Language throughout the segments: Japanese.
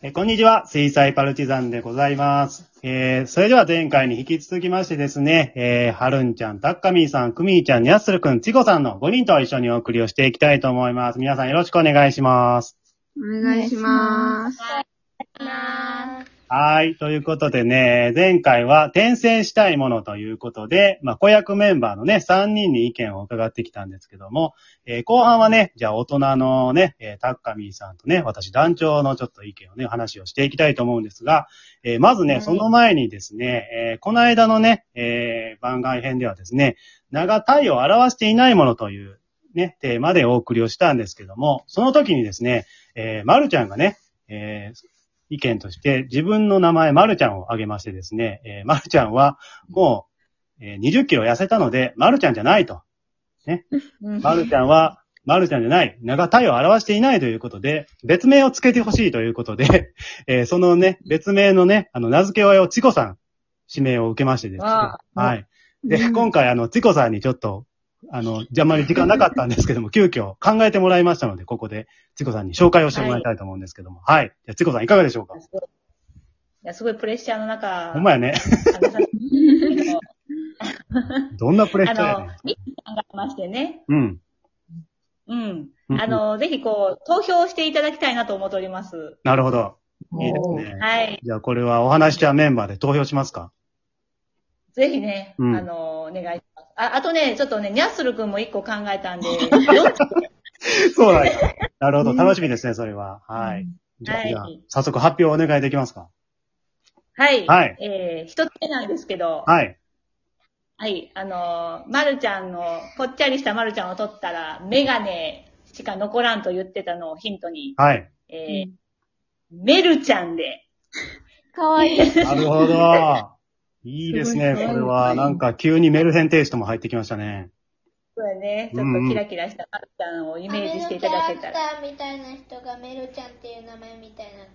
こんにちは、水彩パルチザンでございます。それでは前回に引き続きましてですね、はるんちゃん、たっかみーさん、くみーちゃん、にゃっするくん、ちこさんの5人と一緒にお送りをしていきたいと思います。皆さんよろしくお願いします。 お願いします。 はい。ということでね、前回は転生したいものということで、子役メンバーのね、3人に意見を伺ってきたんですけども、後半はね、じゃあ大人のね、タッカミーさんとね、私団長のちょっと意見をね、話をしていきたいと思うんですが、まずね、その前にですね、この間のね、番外編ではですね、名が体を表していないものというね、テーマでお送りをしたんですけども、その時にですね、まるちゃんがね、意見として自分の名前、まるちゃんを挙げましてですね、まるちゃんはもう、20キロ痩せたので、まるちゃんじゃないと。ね。まるちゃんは、まるちゃんじゃない。名が体を表していないということで、別名をつけてほしいということで、そのね、別名のね、名付け親をチコさん、指名を受けましてですね。はい。で、今回チコさんにちょっと、あまり時間なかったんですけども、急遽考えてもらいましたので、ここで、ちこさんに紹介をしてもらいたいと思うんですけども。はい。じゃあ、ちこさんいかがでしょうか？ いや、すごいプレッシャーの中。 ほんまやね。どんなプレッシャーやねん。 ミキさんがいましてね。 うん。 うん。ぜひ投票していただきたいなと思っております。 なるほど。いいですね。 はい。 じゃあ、これはお話しちゃうメンバーで投票しますか？ ぜひね、お願いします。あとね、ちょっとね、ニャッスルくんも一個考えたんで。 そうだよ。なるほど。楽しみですね、それは。はい。じゃあ、早速発表お願いできますか？ はい。 はい。 一つ目なんですけど。 はい。 はい。まるちゃんの、ぽっちゃりしたまるちゃんを取ったら、メガネしか残らんと言ってたのをヒントに。 はい。 メルちゃんで。 かわいい。 なるほど。いいですね。これは、なんか急にメルヘンテイストも入ってきましたね。 そうやね。ちょっとキラキラしたまるちゃんをイメージしていただけたら。 キャラクターみたいな人がメルちゃんっていう名前みたいな。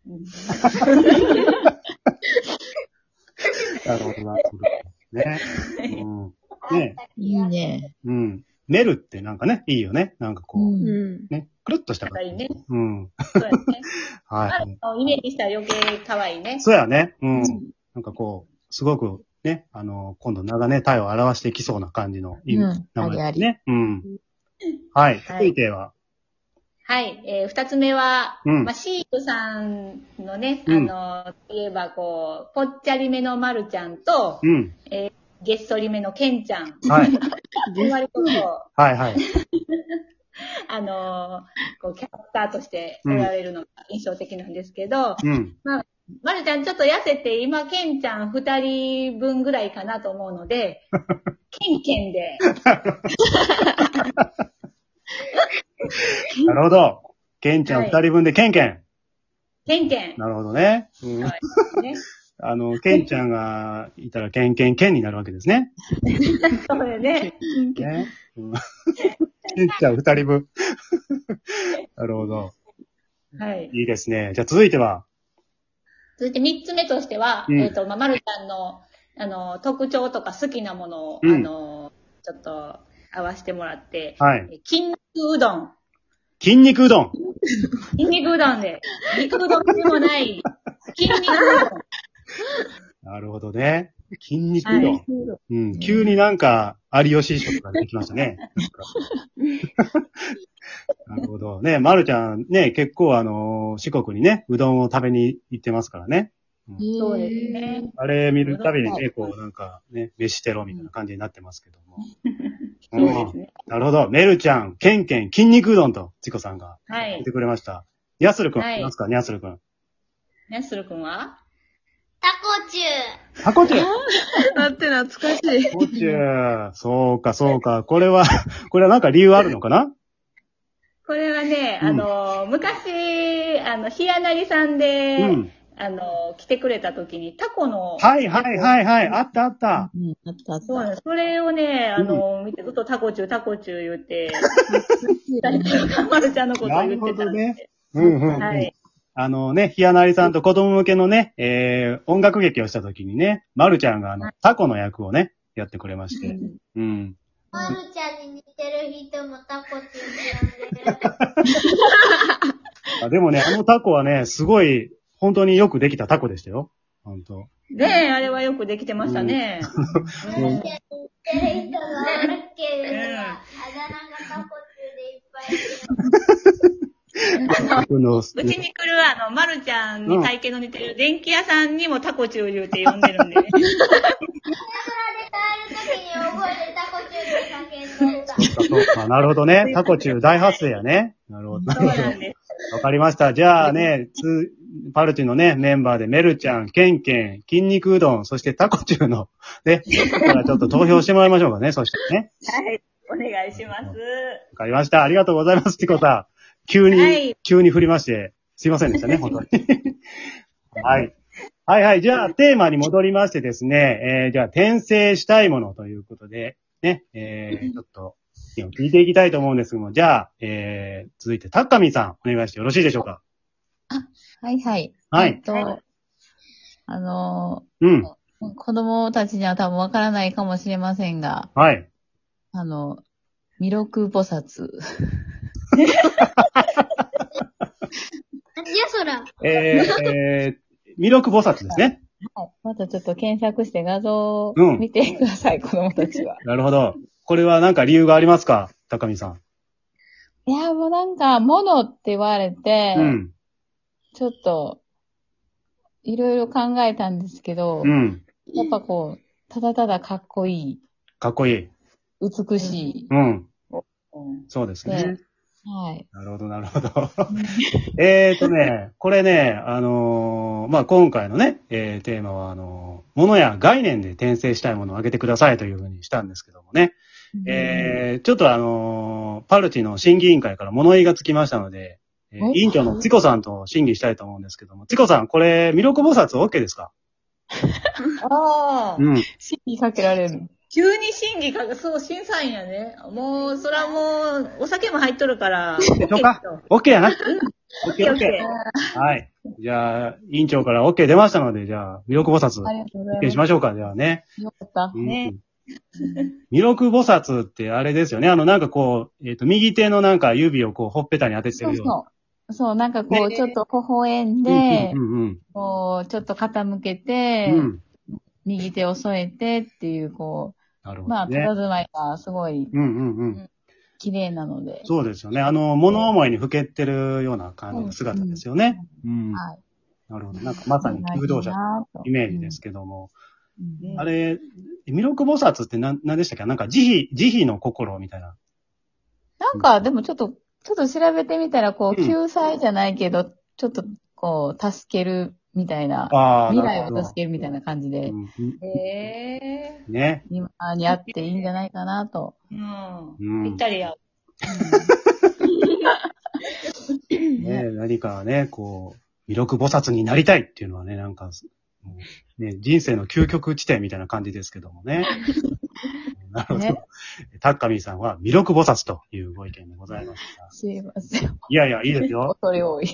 なるほどな。ね。うん。ね。 いいね。 うん。メルってなんかね、いいよね。なんかこう、ね、くるっとした感じ。いいね。 うん。 そうやね。 はい。 イメージしたら余計可愛いね。 そうやね。うん。なんかこう、すごくね、今度名がね、体を表していきそうな感じのいい名前ですね。うん。はい。続いては。 はい。二つ目は、シールさんのね、言えばぽっちゃりめのまるちゃんと、げっそりめのけんちゃん。 はい。 はいはい。キャラクターとしておられるのが印象的なんですけど、まるちゃんちょっと痩せて、今、けんちゃん2人分ぐらいかなと思うので、けんけんで。 なるほど。けんちゃん2人分でけんけん。 けんけん。 なるほどね。けんちゃんがいたらけんけんけんになるわけですね。 そうよね。 けんちゃん2人分。なるほど。 はい。 いいですね。じゃあ続いては。 続いて3つ目としては、まるちゃんの、特徴とか好きなものを、ちょっと合わせてもらって、 はい。 筋肉うどん。 筋肉うどん。 筋肉うどんで。肉うどんでもない。筋肉うどん。 なるほどね。筋肉うどん。うん。急になんか、有吉食ができましたね。なるほど。ね、まるちゃんね、結構四国にね、うどんを食べに行ってますからね。 そうですね。 あれ見るたびにね、なんかね、飯テロみたいな感じになってますけども。 そうですね。 なるほど。メルちゃん、ケンケン、筋肉うどんと、チコさんが言ってくれました。ニャスルくん、いますか？ニャスルくん。 ニャスルくんはタコチュー。タコチューだって懐かしい。 タコチュー。そうか、そうか。これはなんか理由あるのかな？ これはね、昔、ひやなりさんで、来てくれた時にタコの。 はいはいはいはい。あったあった。 あったあった。 そうね。それをね、見てずっとタコチュー言って、まるちゃんのこと言ってたんで。 はい。ひやなりさんと子供向けのね、音楽劇をした時にね、まるちゃんがタコの役をね、やってくれまして。 まるちゃんに似てる人もタコチューって呼んでる。 でもね、あのタコはね、すごい、本当によくできたタコでしたよ。本当。 ねえ、あれはよくできてましたね。 言ってる人がおるけれど、あだ名がタコ中でいっぱいいる。 うちに来るまるちゃんに体型の似てる電気屋さんにもタコチュウ言うて呼んでるんでね。 で帰るときに覚えてタコチュウで叫んどった。 そうか、なるほどね。タコ中大発生やね。なるほど。 そうなんです。 わかりました。じゃあね、パルチのね、メンバーでメルちゃん、ケンケン、筋肉うどん、そしてタコ中の、ね、からちょっと投票してもらいましょうかね、そしてね。 はい、お願いします。わかりました。ありがとうございます、ティコさん。急に振りまして、すいませんでしたね、本当に。はい。はいはい。じゃあ、テーマに戻りましてですね、じゃあ、転生したいものということで、ね、ちょっと、聞いていきたいと思うんですけども、じゃあ、続いて、タッカミさん、お願いしてよろしいでしょうか。 はいはい。 はい。 子供たちには多分わからないかもしれませんが、 はい。 弥勒菩薩。 なんじゃそら。 弥勒菩薩ですね。 はい。またちょっと検索して画像を見てください、子供たちは。 なるほど。これはなんか理由がありますか、高見さん。 いや、もうなんか、物って言われて、ちょっと、いろいろ考えたんですけど、やっぱこう、ただただかっこいい。 かっこいい。 美しい。 そうですね。 はい。 なるほど、なるほど。これね、今回のね、テーマは、物や概念で転生したいものを挙げてくださいというふうにしたんですけどもね。ちょっとパルチの審議委員会から物言いがつきましたので、委員長のチコさんと審議したいと思うんですけども、チコさん、これ、弥勒菩薩 OK ですか？ ああ。 審議かけられる。 急に審議かけ、そう、審査員やね。もう、そらもう、お酒も入っとるから。 でしょうか？ OK やな。OK。はい。じゃあ、委員長から OK 出ましたので、じゃあ、弥勒菩薩、OK しましょうか、じゃあね。 よかった。ね。 弥勒菩薩ってあれですよね。なんかこう、右手のなんか指をこう、ほっぺたに当ててるような。 そう、なんかこう、ちょっと微笑んで、こう、ちょっと傾けて、右手を添えてっていう、こう、 なるほど、 まあ、佇まいがすごい、綺麗なので。 そうですよね。物思いにふけてるような感じの姿ですよね。 はい。 なるほど。なんかまさに求道者のイメージですけども。あれ、弥勒菩薩って何でしたっけ？なんか慈悲の心みたいな。 なんか、でもちょっと調べてみたら、こう、救済じゃないけど、ちょっと、こう、助けるみたいな、未来を助けるみたいな感じで、 ね。 今にあっていいんじゃないかなと。 ぴったりや。 ね、何かね、こう、弥勒菩薩になりたいっていうのはね、なんか、ね、人生の究極地点みたいな感じですけどもね。なるほど。タッカミーさんは弥勒菩薩というご意見でございました。 すいません。 いやいや、いいですよ。 恐れ多い。 い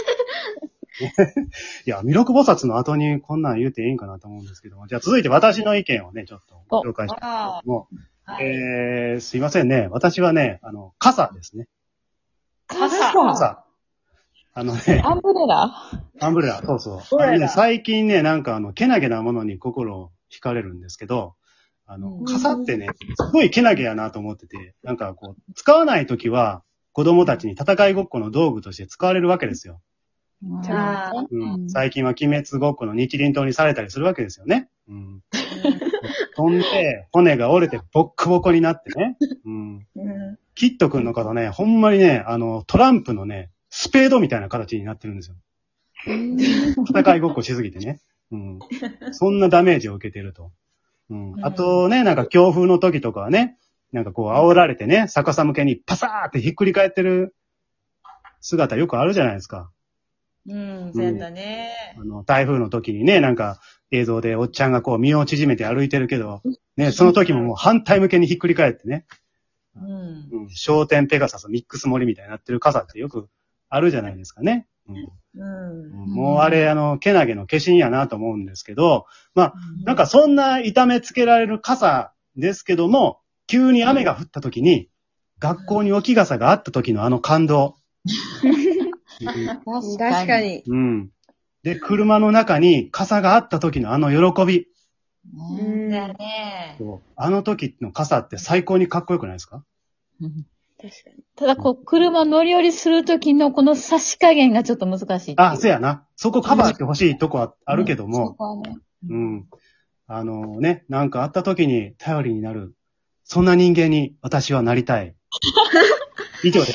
や、弥勒菩薩の後にこんなん言うていいんかなと思うんですけども。じゃあ続いて私の意見をね、ちょっとご紹介したいんですけども。すいませんね。私はね、傘ですね。 傘アンブレラ、 そうそう。最近ね、なんかけなげなものに心を惹かれるんですけど、傘ってね、すごいけなげやなと思ってて、なんかこう、使わないときは、子供たちに戦いごっこの道具として使われるわけですよ。最近は鬼滅ごっこの日輪刀にされたりするわけですよね。飛んで、骨が折れてボッコボコになってね。キット君の方ね、ほんまにね、トランプのね、スペードみたいな形になってるんですよ。戦いごっこしすぎてね。そんなダメージを受けてると。あとね、なんか強風の時とかはね、なんかこう煽られてね、逆さ向けにパサーってひっくり返ってる姿よくあるじゃないですか。 そうやったね。 台風の時にね、なんか映像でおっちゃんがこう身を縮めて歩いてるけど、ね、その時ももう反対向けにひっくり返ってね。焦点ペガサスミックス森みたいになってる傘ってよくあるじゃないですかね。もうあれ、けなげの化身やなと思うんですけど、まあ、なんかそんな痛めつけられる傘ですけども、急に雨が降った時に、学校に置き傘があった時の感動。 確かに。 うん。で、車の中に傘があった時のあの喜び。 だね。 あの時の傘って最高にかっこよくないですか？ 確かに。ただ、車乗り降りする時のこの差し加減がちょっと難しい。 あ、そうやな。そこカバーしてほしいとこはあるけども。 そこはね。 うん。なんかあった時に頼りになる。そんな人間に私はなりたい。以上です。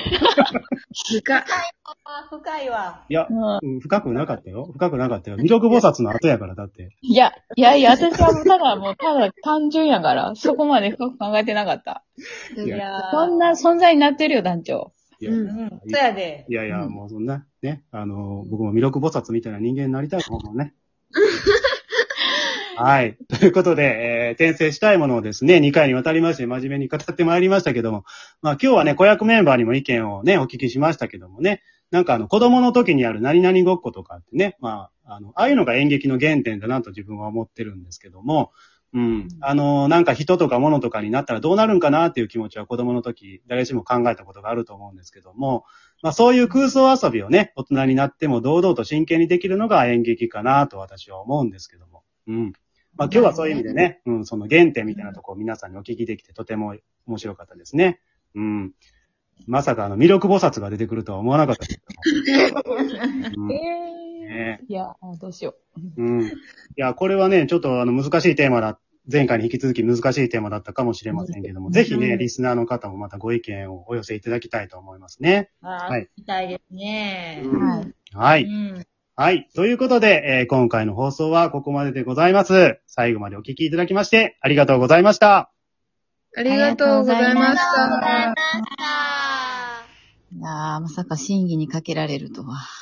深いわ。 いや、深くなかったよ。深くなかったよ。弥勒菩薩の後やから、だって。 いや、私はただ単純やから、そこまで深く考えてなかった。 いやそんな存在になってるよ、団長。 そうやで。 いや、もうそんな、ね、僕も弥勒菩薩みたいな人間になりたいと思うね。はい。ということで、転生したいものをですね、2回にわたりまして真面目に語ってまいりましたけども、まあ今日はね、子役メンバーにも意見をね、お聞きしましたけどもね、なんか子供の時にある何々ごっことかってね、まあ、ああいうのが演劇の原点だなと自分は思ってるんですけども、うん。なんか人とか物とかになったらどうなるんかなっていう気持ちは子供の時、誰しも考えたことがあると思うんですけども、まあそういう空想遊びをね、大人になっても堂々と真剣にできるのが演劇かなと私は思うんですけども。うん。まあ今日はそういう意味でね、その原点みたいなところを皆さんにお聞きできてとても面白かったですね。うん。まさか弥勒菩薩が出てくるとは思わなかったですけども。 いや、どうしよう。いや、これはね、ちょっと難しいテーマだ。前回に引き続き難しいテーマだったかもしれませんけども、ぜひね、リスナーの方もまたご意見をお寄せいただきたいと思いますね。 はい。聞きたいですね。 はい。はい。ということで、今回の放送はここまででございます。最後までお聞きいただきまして、ありがとうございました。 ありがとうございました。 まさか審議にかけられるとは。